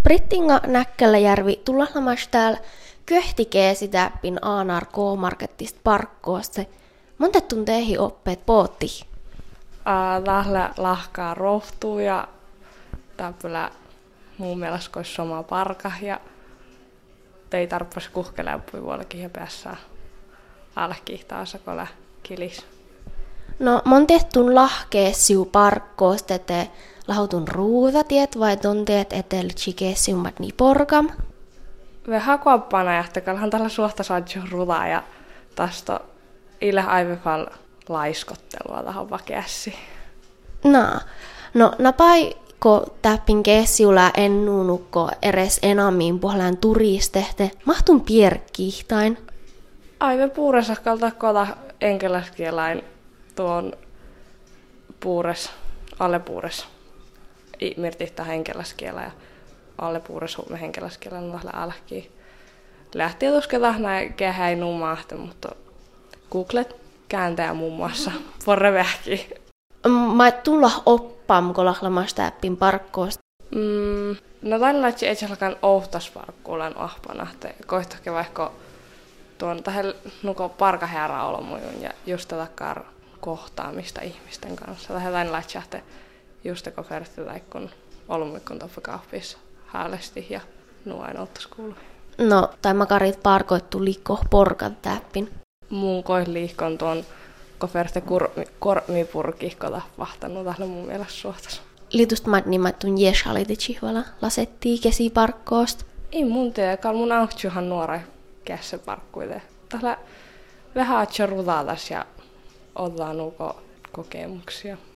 Brittinga Näkkäläjärvi tullahlamas täällä köhtikee sitä pin Aanar K-markettista parkkoosta. Monta tunteehi oppeet pootti? Tällä lahkaa rohtuu ja täpälä muun mielestä kois sama parka ja ei tarvitse kuhkelea puivuolekin ja päässä alkihtaansa kola kilis. No montehtun lahkeessiu parkkoosta, että lahutun ruutatiet vai tonteet etel chikeessiummat niin porkam? Vähän kuoppana jähtäkällähän tällä suhta saadju rutaa ja tästä ille aivefal laiskottelua tähän vakeassi. No napaiko täppin keessiulää ennuunukko eres enammiin puoleen turistehte mahtun pierkkihtain? Aive puuresakkalta kota enkeläskielain tuon alle puures mirtihtä henkeläskielä ja alle puures huume henkeläskielä on tällä alkii. Lähti tusketa näin kehäin numahti, mutta googlet kääntää muun muassa porre vähki. Mä tulla oppam, kun lahlamasta täppin parkkoosta. No tällä ei sellakaan ohtasparkkuulen ahpana, että koittakin vaikka tuon tähän nuko parkahäärä olomujun ja just tätä kohtaamista ihmisten kanssa. Tähän tällä että just koferti tai kun olomujun toppakaapissa häälesti ja nuoin ottaskuului. No, tai makarit parkoittu liikko porkan täppin. Mun kois liikon tuon koferti kormipurki, kota vahtanut tällä mun mielestä suhtas. Liitust nimettun jeshaliti chihvala lasettii kesiparkkoosta. Ei mun tiedä, mun auhtsuhan nuora kässä parkkuille. Tällä vähän atsa rutatas ja ottaa nuko kokemuksia.